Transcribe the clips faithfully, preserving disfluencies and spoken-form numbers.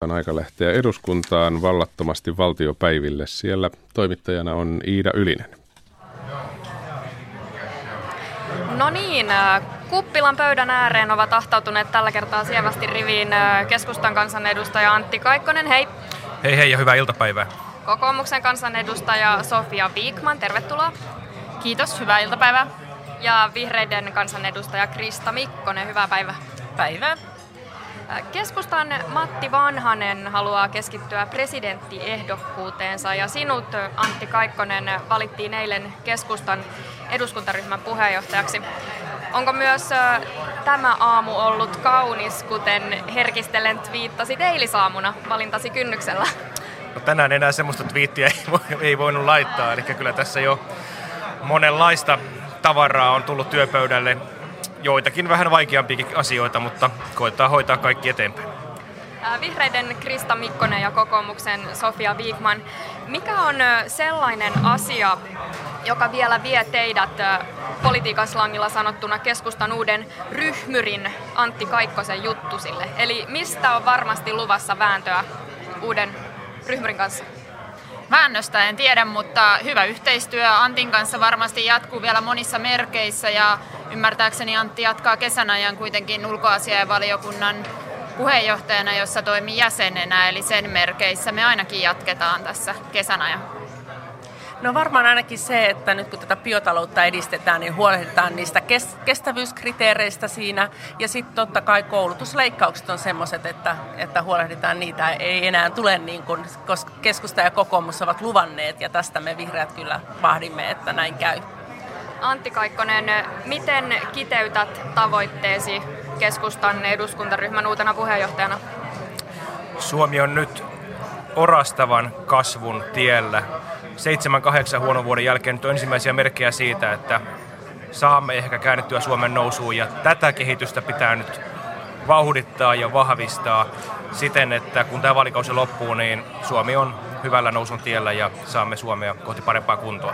On aika lähteä eduskuntaan vallattomasti valtiopäiville. Siellä toimittajana on Iida Ylinen. No niin, kuppilan pöydän ääreen ovat ahtautuneet tällä kertaa sievästi riviin keskustan kansanedustaja Antti Kaikkonen, hei. Hei hei ja hyvää iltapäivää. Kokoomuksen kansanedustaja Sofia Vikman, tervetuloa. Kiitos, hyvää iltapäivää. Ja vihreiden kansanedustaja Krista Mikkonen, hyvää päivää. Päivää. Keskustan Matti Vanhanen haluaa keskittyä presidenttiehdokkuuteensa ja sinut, Antti Kaikkonen, valittiin eilen keskustan eduskuntaryhmän puheenjohtajaksi. Onko myös tämä aamu ollut kaunis, kuten herkistellen twiittasit eilisaamuna valintasi kynnyksellä? No, tänään enää semmoista twiittiä ei, ei voinut laittaa, eli kyllä tässä jo monenlaista tavaraa on tullut työpöydälle. Joitakin vähän vaikeampiakin asioita, mutta koetaan hoitaa kaikki eteenpäin. Vihreiden Krista Mikkonen ja kokoomuksen Sofia Vikman. Mikä on sellainen asia, joka vielä vie teidät politiikan slangilla sanottuna keskustan uuden ryhmyrin Antti Kaikkosen juttusille? Eli mistä on varmasti luvassa vääntöä uuden ryhmyrin kanssa? Väännöstä en tiedä, mutta hyvä yhteistyö Antin kanssa varmasti jatkuu vielä monissa merkeissä ja ymmärtääkseni Antti jatkaa kesän ajan kuitenkin ulkoasiainvaliokunnan puheenjohtajana, jossa toimii jäsenenä, eli sen merkeissä me ainakin jatketaan tässä kesän ajan. No varmaan ainakin se, että nyt kun tätä biotaloutta edistetään, niin huolehditaan niistä kestävyyskriteereistä siinä. Ja sitten totta kai koulutusleikkaukset on semmoiset, että, että huolehditaan niitä. Ei enää tule niin kuin, koska keskusta ja kokoomus ovat luvanneet. Ja tästä me vihreät kyllä vahdimme, että näin käy. Antti Kaikkonen, miten kiteytät tavoitteesi keskustan eduskuntaryhmän uutena puheenjohtajana? Suomi on nyt orastavan kasvun tiellä. Seitsemän, kahdeksan huonon vuoden jälkeen nyt on ensimmäisiä merkkejä siitä, että saamme ehkä käännettyä Suomen nousuun ja tätä kehitystä pitää nyt vauhdittaa ja vahvistaa siten, että kun tämä vaalikausi loppuu, niin Suomi on hyvällä nousun tiellä ja saamme Suomea kohti parempaa kuntoa.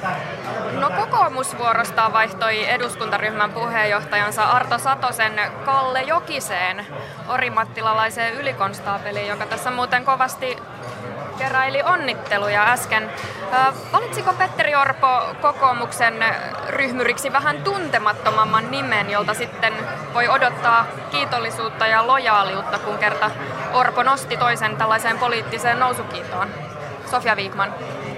No kokoomus vuorostaan vaihtoi eduskuntaryhmän puheenjohtajansa Arto Satosen Kalle Jokiseen, orimattilalaiseen ylikonstaapeliin, joka tässä muuten kovasti keräili onnitteluja äsken. Valitsiko Petteri Orpo kokoomuksen ryhmyriksi vähän tuntemattomamman nimen, jolta sitten voi odottaa kiitollisuutta ja lojaaliutta, kun kerta Orpo nosti toisen tällaiseen poliittiseen nousukiitoon? Sofia Vikman.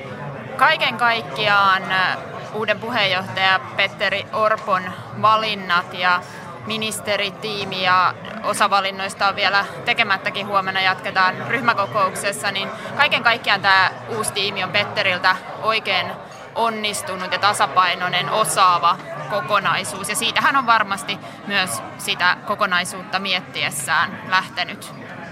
Kaiken kaikkiaan uuden puheenjohtaja Petteri Orpon valinnat ja ministeritiimi ja osa valinnoista on vielä tekemättäkin, huomenna jatketaan ryhmäkokouksessa, niin kaiken kaikkiaan tämä uusi tiimi on Petteriltä oikein onnistunut ja tasapainoinen, osaava kokonaisuus. Ja siitä hän on varmasti myös sitä kokonaisuutta miettiessään lähtenyt.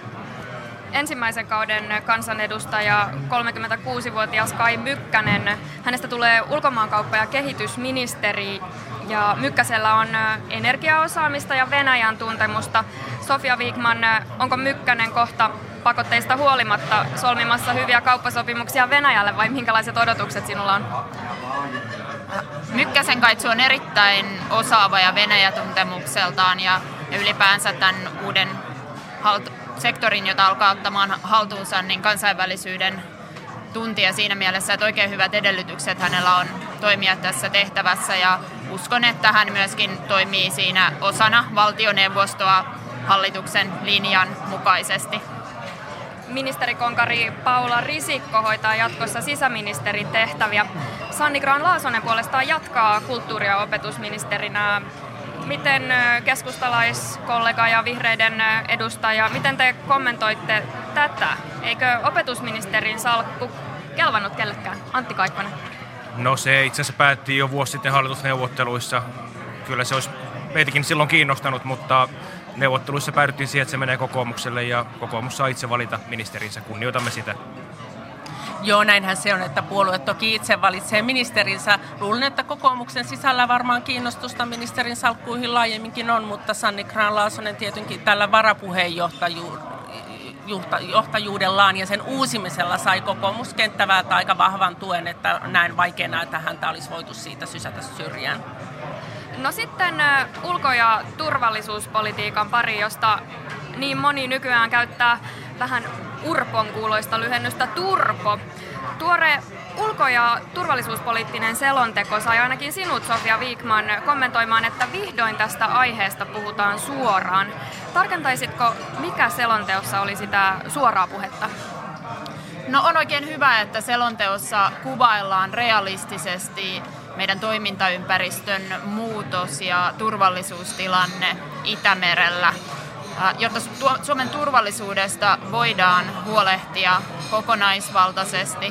Ensimmäisen kauden kansanedustaja, kolmekymmentäkuusivuotias Kai Mykkänen. Hänestä tulee ulkomaankauppa- ja kehitysministeri. Ja Mykkäsellä on energiaosaamista ja Venäjän tuntemusta. Sofia Vikman, onko Mykkänen kohta pakotteista huolimatta solmimassa hyviä kauppasopimuksia Venäjälle vai minkälaiset odotukset sinulla on? Mykkäsen kaitsu on erittäin osaava ja Venäjä-tuntemukseltaan ja ylipäänsä tämän uuden halt- sektorin, jota alkaa ottamaan haltuunsa, niin kansainvälisyyden tuntia siinä mielessä, että oikein hyvät edellytykset hänellä on toimia tässä tehtävässä ja uskon, että hän myöskin toimii siinä osana valtioneuvostoa hallituksen linjan mukaisesti. Ministerikonkari Paula Risikko hoitaa jatkossa sisäministerin tehtäviä. Sanni Grahn-Laasonen puolestaan jatkaa kulttuuri- ja opetusministerinä. Miten keskustalaiskollega ja vihreiden edustaja, miten te kommentoitte tätä? Eikö opetusministerin salkku kelvannut kellekään? Antti Kaikkonen. No se itse asiassa päättiin jo vuosi sitten hallitusneuvotteluissa. Kyllä se olisi meitäkin silloin kiinnostanut, mutta neuvotteluissa päädyttiin siihen, että se menee kokoomukselle ja kokoomus saa itse valita ministerinsä. Kunnioitamme sitä. Joo, näinhän se on, että puolue toki itse valitsee ministerinsä. Luulen, että kokoomuksen sisällä varmaan kiinnostusta ministerin salkkuihin laajemminkin on, mutta Sanni Grahn-Laasonen tietenkin tällä varapuheenjohtajuudellaan ja sen uusimisella sai kokoomuskenttävältä aika vahvan tuen, että näin vaikeana, että häntä olisi voitu siitä sysätä syrjään. No sitten ulko- ja turvallisuuspolitiikan pari, josta niin moni nykyään käyttää vähän Urpon kuuloista lyhennystä Turpo. Tuore ulko- ja turvallisuuspoliittinen selonteko sai ainakin sinut, Sofia Vikman, kommentoimaan, että vihdoin tästä aiheesta puhutaan suoraan. Tarkentaisitko, mikä selonteossa oli sitä suoraa puhetta? No on oikein hyvä, että selonteossa kuvaillaan realistisesti meidän toimintaympäristön muutos ja turvallisuustilanne Itämerellä. Jotta Suomen turvallisuudesta voidaan huolehtia kokonaisvaltaisesti,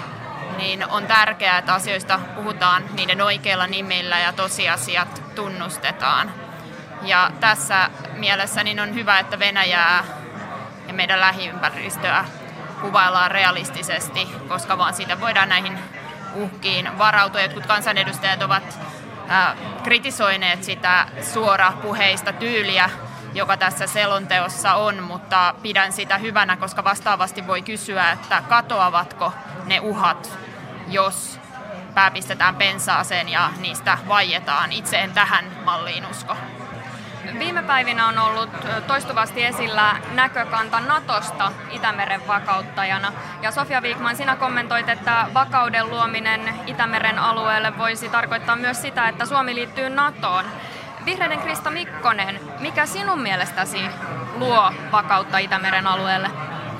niin on tärkeää, että asioista puhutaan niiden oikeilla nimillä ja tosiasiat tunnustetaan. Ja tässä mielessä niin on hyvä, että Venäjää ja meidän lähiympäristöä kuvaillaan realistisesti, koska vaan siitä voidaan näihin uhkiin varautua. Jotkut kansanedustajat ovat äh, kritisoineet sitä suorapuheista tyyliä, joka tässä selonteossa on, mutta pidän sitä hyvänä, koska vastaavasti voi kysyä, että katoavatko ne uhat, jos pää pistetään pensaaseen ja niistä vaietaan. Itse en tähän malliin usko. Viime päivinä on ollut toistuvasti esillä näkökanta Natosta Itämeren vakauttajana. Ja Sofia Vikman, sinä kommentoit, että vakauden luominen Itämeren alueelle voisi tarkoittaa myös sitä, että Suomi liittyy NATOon. Vihreiden Krista Mikkonen, mikä sinun mielestäsi luo vakautta Itämeren alueelle?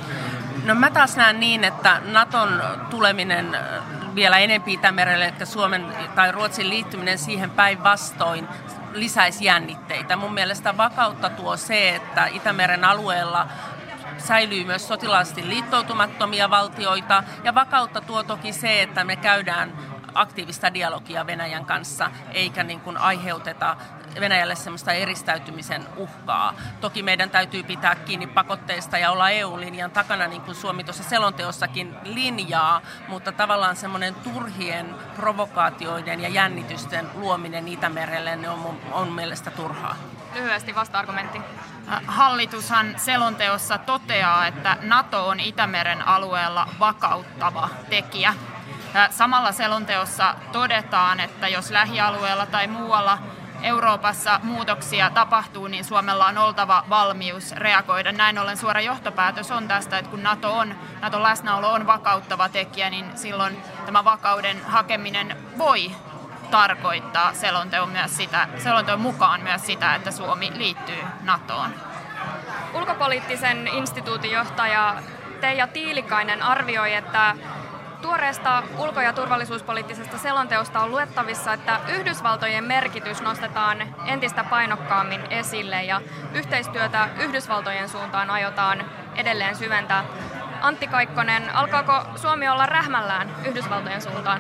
No mä taas näen niin, että Naton tuleminen vielä enempi Itämerelle, että Suomen tai Ruotsin liittyminen siihen päinvastoin lisäisi jännitteitä. Mun mielestä vakautta tuo se, että Itämeren alueella säilyy myös sotilaallisesti liittoutumattomia valtioita, ja vakautta tuo toki se, että me käydään aktiivista dialogia Venäjän kanssa, eikä niin kuin aiheuteta Venäjälle semmoista eristäytymisen uhkaa. Toki meidän täytyy pitää kiinni pakotteista ja olla E U-linjan takana, niin kuin Suomi tuossa selonteossakin linjaa, mutta tavallaan semmoinen turhien provokaatioiden ja jännitysten luominen Itämerelle ne on mun on mielestä turhaa. Lyhyesti vasta-argumentti. Hallitushan selonteossa toteaa, että NATO on Itämeren alueella vakauttava tekijä. Samalla selonteossa todetaan, että jos lähialueella tai muualla Euroopassa muutoksia tapahtuu, niin Suomella on oltava valmius reagoida. Näin ollen suora johtopäätös on tästä, että kun NATO on, NATOn läsnäolo on vakauttava tekijä, niin silloin tämä vakauden hakeminen voi tarkoittaa selonteon, myös sitä, selonteon mukaan myös sitä, että Suomi liittyy NATOon. Ulkopoliittisen instituutin johtaja Teija Tiilikainen arvioi, että tuoreesta ulko- ja turvallisuuspoliittisesta selonteosta on luettavissa, että Yhdysvaltojen merkitys nostetaan entistä painokkaammin esille ja yhteistyötä Yhdysvaltojen suuntaan aiotaan edelleen syventää. Antti Kaikkonen, alkaako Suomi olla rähmällään Yhdysvaltojen suuntaan?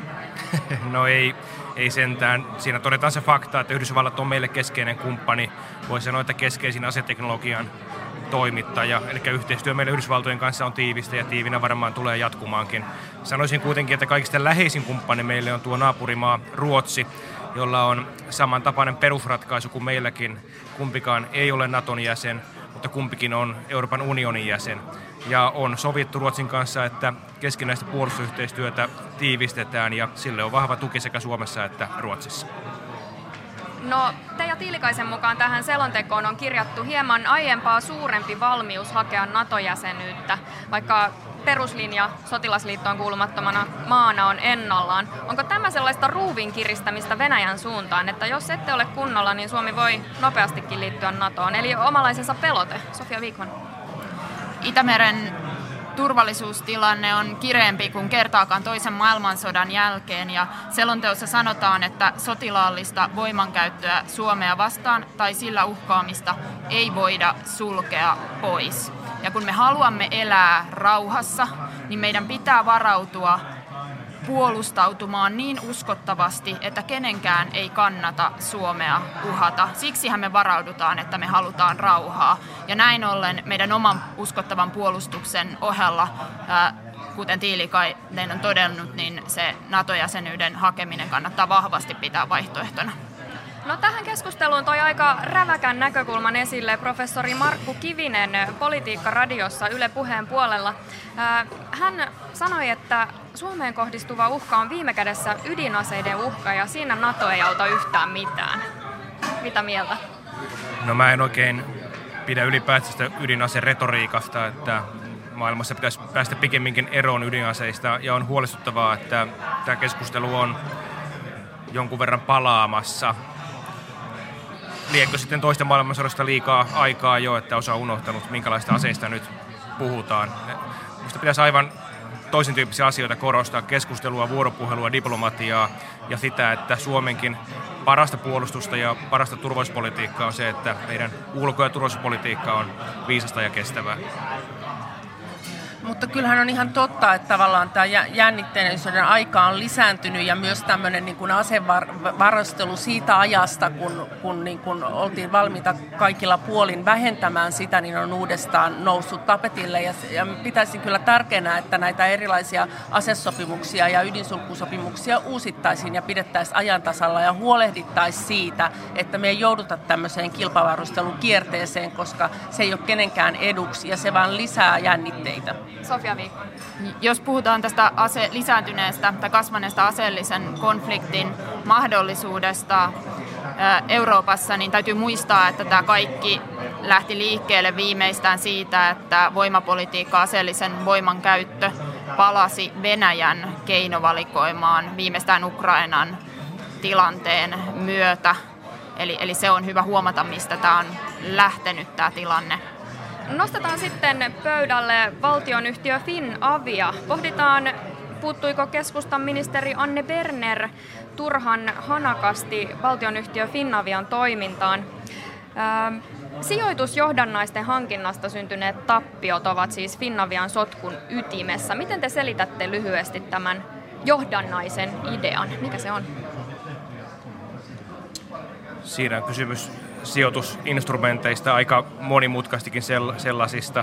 No ei, ei sentään. Siinä todetaan se fakta, että Yhdysvallat on meille keskeinen kumppani. Voi sanoa, että keskeisin aseteknologian toimittaja. Eli yhteistyö meillä Yhdysvaltojen kanssa on tiivistä ja tiivinä varmaan tulee jatkumaankin. Sanoisin kuitenkin, että kaikista läheisin kumppani meille on tuo naapurimaa Ruotsi, jolla on samantapainen perusratkaisu kuin meilläkin. Kumpikaan ei ole Naton jäsen, mutta kumpikin on Euroopan unionin jäsen. Ja on sovittu Ruotsin kanssa, että keskinäistä puolustusyhteistyötä tiivistetään ja sille on vahva tuki sekä Suomessa että Ruotsissa. No, Teija Tiilikaisen mukaan tähän selontekoon on kirjattu hieman aiempaa suurempi valmius hakea NATO-jäsenyyttä, vaikka peruslinja sotilasliittoon kuulumattomana maana on ennallaan. Onko tämä sellaista ruuvin kiristämistä Venäjän suuntaan, että jos ette ole kunnolla, niin Suomi voi nopeastikin liittyä NATOon? Eli omalaisensa pelote. Sofia Vikman. Itämeren turvallisuustilanne on kireempi kuin kertaakaan toisen maailmansodan jälkeen ja selonteossa sanotaan, että sotilaallista voimankäyttöä Suomea vastaan tai sillä uhkaamista ei voida sulkea pois. Ja kun me haluamme elää rauhassa, niin meidän pitää varautua puolustautumaan niin uskottavasti, että kenenkään ei kannata Suomea uhata. Siksihän me varaudutaan, että me halutaan rauhaa. Ja näin ollen meidän oman uskottavan puolustuksen ohella, ää, kuten Tiilikainen on todennut, niin se NATO-jäsenyyden hakeminen kannattaa vahvasti pitää vaihtoehtona. No tähän keskusteluun toi aika räväkän näkökulman esille professori Markku Kivinen Politiikka-radiossa Yle Puheen puolella. Hän sanoi, että Suomeen kohdistuva uhka on viime kädessä ydinaseiden uhka ja siinä NATO ei auta yhtään mitään. Mitä mieltä? No mä en oikein pidä ylipäätään ydinaseretoriikasta, että maailmassa pitäisi päästä pikemminkin eroon ydinaseista, ja on huolestuttavaa, että tämä keskustelu on jonkun verran palaamassa. Liekö sitten toista maailmansodasta liikaa aikaa jo, että osa on unohtanut, minkälaista aseista nyt puhutaan. Minusta pitäisi aivan toisen tyyppisiä asioita korostaa, keskustelua, vuoropuhelua, diplomatiaa ja sitä, että Suomenkin parasta puolustusta ja parasta turvallisuuspolitiikkaa on se, että meidän ulko- ja turvallisuuspolitiikka on viisasta ja kestävää. Mutta kyllähän on ihan totta, että tavallaan tämä jännitteisyyden aika on lisääntynyt ja myös tämmöinen niin kuin asevarastelu siitä ajasta, kun, kun, niin kuin oltiin valmiita kaikilla puolin vähentämään sitä, niin on uudestaan noussut tapetille. Ja, ja pitäisin kyllä tärkeänä, että näitä erilaisia asesopimuksia ja ydinsulkusopimuksia uusittaisiin ja pidettäisiin ajan tasalla ja huolehdittaisiin siitä, että me ei jouduta tämmöiseen kilpavarustelun kierteeseen, koska se ei ole kenenkään eduksi ja se vaan lisää jännitteitä. Sofia Viikko. Jos puhutaan tästä ase- lisääntyneestä tai kasvaneesta aseellisen konfliktin mahdollisuudesta ää, Euroopassa, niin täytyy muistaa, että tämä kaikki lähti liikkeelle viimeistään siitä, että voimapolitiikka, aseellisen voiman käyttö palasi Venäjän keinovalikoimaan viimeistään Ukrainan tilanteen myötä. Eli, eli se on hyvä huomata, mistä tämä on lähtenyt tämä tilanne. Nostetaan sitten pöydälle valtionyhtiö Finavia. Pohditaan, puuttuiko keskustan ministeri Anne Berner turhan hanakasti valtionyhtiö Finavian toimintaan. Ö, sijoitusjohdannaisten hankinnasta syntyneet tappiot ovat siis Finavian sotkun ytimessä. Miten te selitätte lyhyesti tämän johdannaisen idean? Mikä se on? Siinä on kysymys sijoitusinstrumenteista, aika monimutkaistikin sellaisista.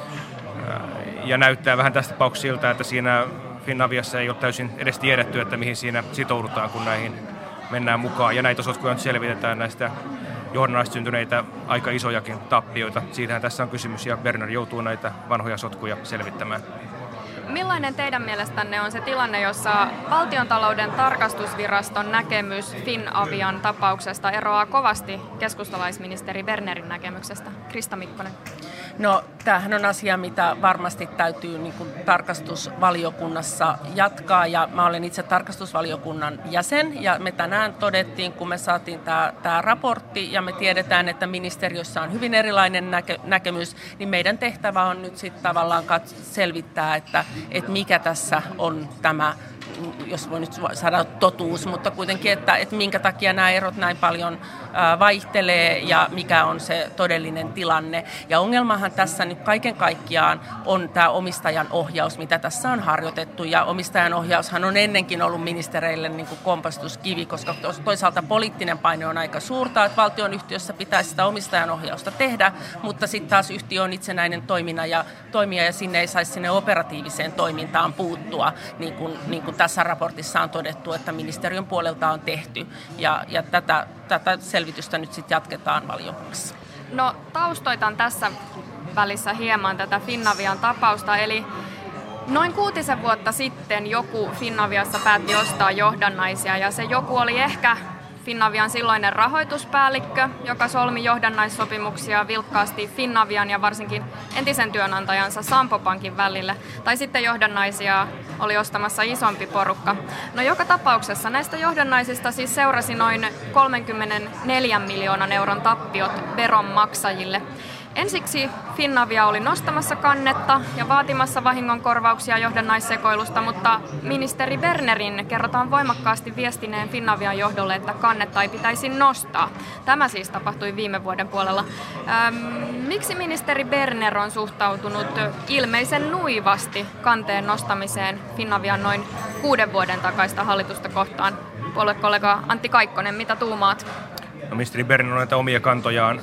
Ja näyttää vähän tästä tapauksesta siltä, että siinä Finaviassa ei ole täysin edes tiedetty, että mihin siinä sitoudutaan, kun näihin mennään mukaan. Ja näitä sotkuja nyt selvitetään, näistä johdannaista syntyneitä aika isojakin tappioita. Siitähän tässä on kysymys, ja Berner joutuu näitä vanhoja sotkuja selvittämään. Millainen teidän mielestänne on se tilanne, jossa Valtiontalouden tarkastusviraston näkemys Finavian tapauksesta eroaa kovasti keskustalaisministeri Bernerin näkemyksestä? Krista Mikkonen. No, tämähän on asia, mitä varmasti täytyy niin kuin tarkastusvaliokunnassa jatkaa, ja mä olen itse tarkastusvaliokunnan jäsen, ja me tänään todettiin, kun me saatiin tämä, tämä raportti, ja me tiedetään, että ministeriössä on hyvin erilainen näke, näkemys, niin meidän tehtävä on nyt sitten tavallaan kats- selvittää, että, että mikä tässä on tämä, jos voi nyt saada totuus, mutta kuitenkin, että, että minkä takia nämä erot näin paljon ää, vaihtelee ja mikä on se todellinen tilanne. Ja ongelmahan tässä nyt kaiken kaikkiaan on tämä omistajan ohjaus, mitä tässä on harjoitettu. Ja omistajan ohjaushan on ennenkin ollut ministereille niin kuin kompastuskivi, koska toisaalta poliittinen paine on aika suurta, että valtionyhtiössä pitäisi sitä omistajan ohjausta tehdä, mutta sitten taas yhtiö on itsenäinen toimina ja toimija ja sinne ei saisi sinne operatiiviseen toimintaan puuttua, niin kuin, niin kuin tässä raportissa on todettu, että ministeriön puolelta on tehty, ja, ja tätä, tätä selvitystä nyt sitten jatketaan valiokunnassa. No, taustoitan tässä välissä hieman tätä Finavian tapausta, eli noin kuutisen vuotta sitten joku Finaviassa päätti ostaa johdannaisia, ja se joku oli ehkä Finavian silloinen rahoituspäällikkö, joka solmi johdannaissopimuksia vilkkaasti Finavian ja varsinkin entisen työnantajansa Sampo Pankin välillä. Tai sitten johdannaisia oli ostamassa isompi porukka. No joka tapauksessa näistä johdannaisista siis seurasi noin kolmekymmentäneljä miljoonan euron tappiot veronmaksajille. Ensiksi Finavia oli nostamassa kannetta ja vaatimassa vahingonkorvauksia johdannaissekoilusta, mutta ministeri Bernerin kerrotaan voimakkaasti viestineen Finavian johdolle, että kannetta ei pitäisi nostaa. Tämä siis tapahtui viime vuoden puolella. Ähm, miksi ministeri Berner on suhtautunut ilmeisen nuivasti kanteen nostamiseen Finavian noin kuuden vuoden takaista hallitusta kohtaan? Puoluekollega Antti Kaikkonen, mitä tuumaat? No, ministeri Berner on näitä omia kantojaan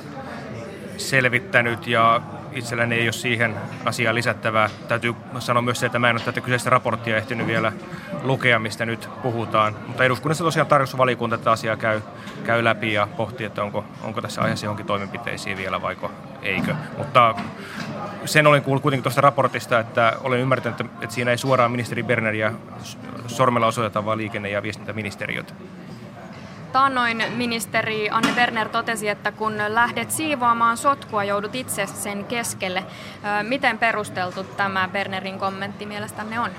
selvittänyt, ja itselläni ei ole siihen asiaan lisättävää. Täytyy sanoa myös se, että mä en ole tätä kyseistä raporttia ehtinyt vielä lukea, mistä nyt puhutaan. Mutta eduskunnassa tosiaan tarkastusvaliokunta tätä asiaa käy, käy läpi ja pohtii, että onko, onko tässä aiheessa johonkin toimenpiteisiin vielä vaiko eikö. Mutta sen olen kuullut kuitenkin tuosta raportista, että olen ymmärtänyt, että siinä ei suoraan ministeri Berneriä sormella osoiteta, vaan liikenne- ja viestintäministeriötä. Taannoin ministeri Anne Berner totesi, että kun lähdet siivoamaan sotkua, joudut itse sen keskelle. Miten perusteltu tämä Bernerin kommentti mielestänne on?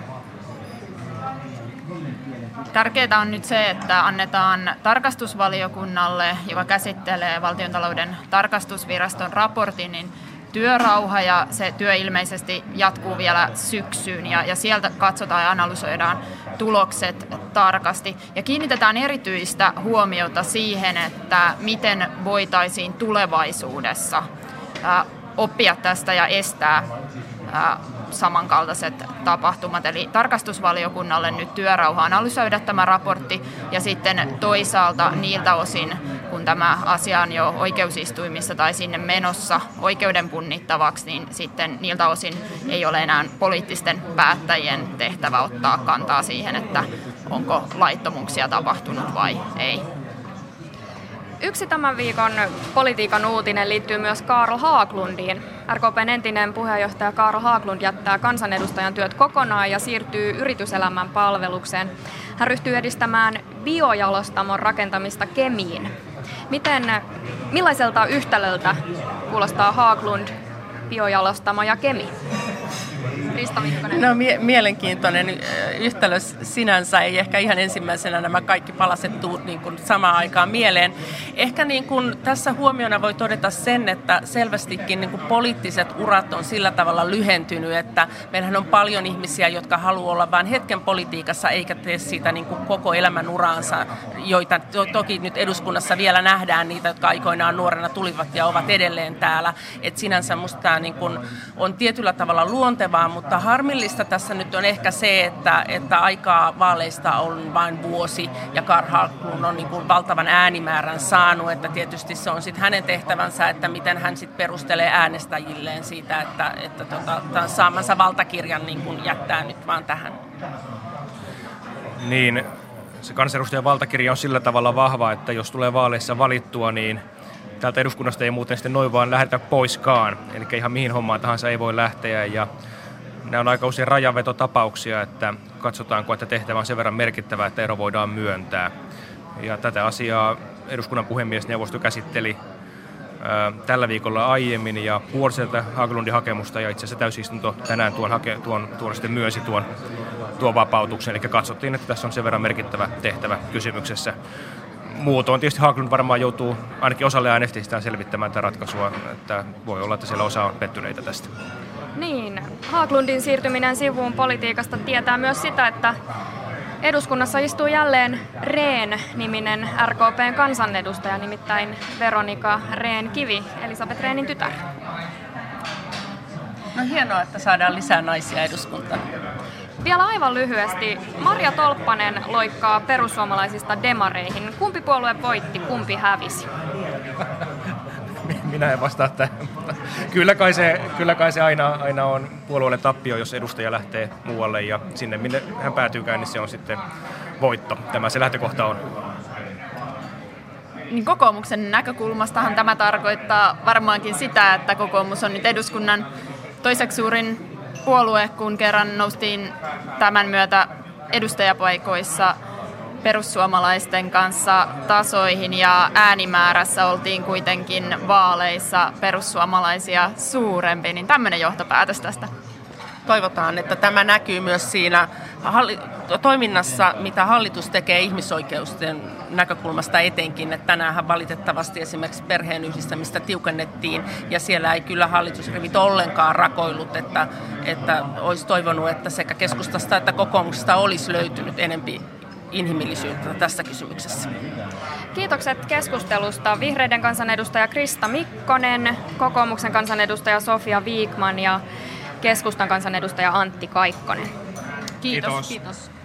Tärkeää on nyt se, että annetaan tarkastusvaliokunnalle, joka käsittelee Valtiontalouden tarkastusviraston raportin, niin työrauha, ja se työ ilmeisesti jatkuu vielä syksyyn ja, ja sieltä katsotaan ja analysoidaan tulokset tarkasti. Ja kiinnitetään erityistä huomiota siihen, että miten voitaisiin tulevaisuudessa ää, oppia tästä ja estää ää, samankaltaiset tapahtumat. Eli tarkastusvaliokunnalle nyt työrauha analysoida tämä raportti ja sitten toisaalta niiltä osin, kun tämä asia on jo oikeusistuimissa tai sinne menossa oikeuden punnittavaksi, niin sitten niiltä osin ei ole enää poliittisten päättäjien tehtävä ottaa kantaa siihen, että onko laittomuuksia tapahtunut vai ei. Yksi tämän viikon politiikan uutinen liittyy myös Carl Haglundiin. R K P:n entinen puheenjohtaja Carl Haglund jättää kansanedustajan työt kokonaan ja siirtyy yrityselämän palvelukseen. Hän ryhtyy edistämään biojalostamon rakentamista Kemiin. Miten, millaiselta yhtälöltä kuulostaa Haglund, biojalostamo ja Kemi? Krista Mikkonen. No mie- mielenkiintoinen yhtälö sinänsä, ei ehkä ihan ensimmäisenä nämä kaikki palaset tuu niin kuin samaan aikaan mieleen. Ehkä niin kuin tässä huomiona voi todeta sen, että selvästikin niin kuin poliittiset urat on sillä tavalla lyhentynyt, että meillähän on paljon ihmisiä, jotka haluaa olla vain hetken politiikassa eikä tee siitä niin kuin koko elämän uraansa, joita to- toki nyt eduskunnassa vielä nähdään niitä, jotka aikoinaan nuorena tulivat ja ovat edelleen täällä. Et sinänsä musta tämä niin kuin on tietyllä tavalla luontevaa, mutta harmillista tässä nyt on ehkä se, että, että aikaa vaaleista on vain vuosi ja Carl Haglund on niin kuin valtavan äänimäärän saanut, että tietysti se on sitten hänen tehtävänsä, että miten hän sitten perustelee äänestäjilleen siitä, että, että tota, tämän saamansa valtakirjan niin kuin jättää nyt vaan tähän. Niin, se kansanedustajan valtakirja on sillä tavalla vahva, että jos tulee vaaleissa valittua, niin täältä eduskunnasta ei muuten sitten noin vaan lähdetä poiskaan. Eli ihan mihin hommaan tahansa ei voi lähteä. Ja nämä on aika usein rajanvetotapauksia, että katsotaanko, että tehtävä on sen verran merkittävä, että ero voidaan myöntää. Ja tätä asiaa eduskunnan puhemiesneuvosto käsitteli ää, tällä viikolla aiemmin ja puoliselta Haglundin hakemusta ja itse asiassa täysistunto tänään tuon, hake, tuon, tuon sitten myönsi tuon, tuon vapautuksen. Eli katsottiin, että tässä on sen verran merkittävä tehtävä kysymyksessä. Muutoin tietysti Haglund varmaan joutuu ainakin osalle äänestäjistä selvittämään tätä ratkaisua, että voi olla, että siellä osa on pettyneitä tästä. Niin, Haglundin siirtyminen sivuun politiikasta tietää myös sitä, että eduskunnassa istuu jälleen Rehn-niminen R K P:n kansanedustaja, nimittäin Veronika Rehn-Kivi, Elisabeth Rehnin tytär. No hienoa, että saadaan lisää naisia eduskuntaan. Vielä aivan lyhyesti. Marja Tolppanen loikkaa perussuomalaisista demareihin. Kumpi puolue voitti, kumpi hävisi? Minä en vastaa tähän, mutta kyllä kai se, kyllä kai se aina, aina on puolueelle tappio, jos edustaja lähtee muualle ja sinne minne hän päätyykään, niin se on sitten voitto. Tämä se lähtökohta on. Niin kokoomuksen näkökulmastahan tämä tarkoittaa varmaankin sitä, että kokoomus on nyt eduskunnan toiseksi suurin puolue, kun kerran noustiin tämän myötä edustajapaikoissa perussuomalaisten kanssa tasoihin ja äänimäärässä oltiin kuitenkin vaaleissa perussuomalaisia suurempi, niin tämmöinen johtopäätös tästä. Toivotaan, että tämä näkyy myös siinä halli- toiminnassa, mitä hallitus tekee ihmisoikeuksien näkökulmasta etenkin. Että tänäänhän valitettavasti esimerkiksi perheenyhdistämistä tiukennettiin ja siellä ei kyllä hallitusrivit ollenkaan rakoillut, että, että olisi toivonut, että sekä keskustasta että kokoomuksesta olisi löytynyt enempi inhimillisyyttä tässä kysymyksessä. Kiitokset keskustelusta vihreiden kansanedustaja Krista Mikkonen, kokoomuksen kansanedustaja Sofia Vikman ja keskustan kansanedustaja Antti Kaikkonen. Kiitos. Kiitos. Kiitos.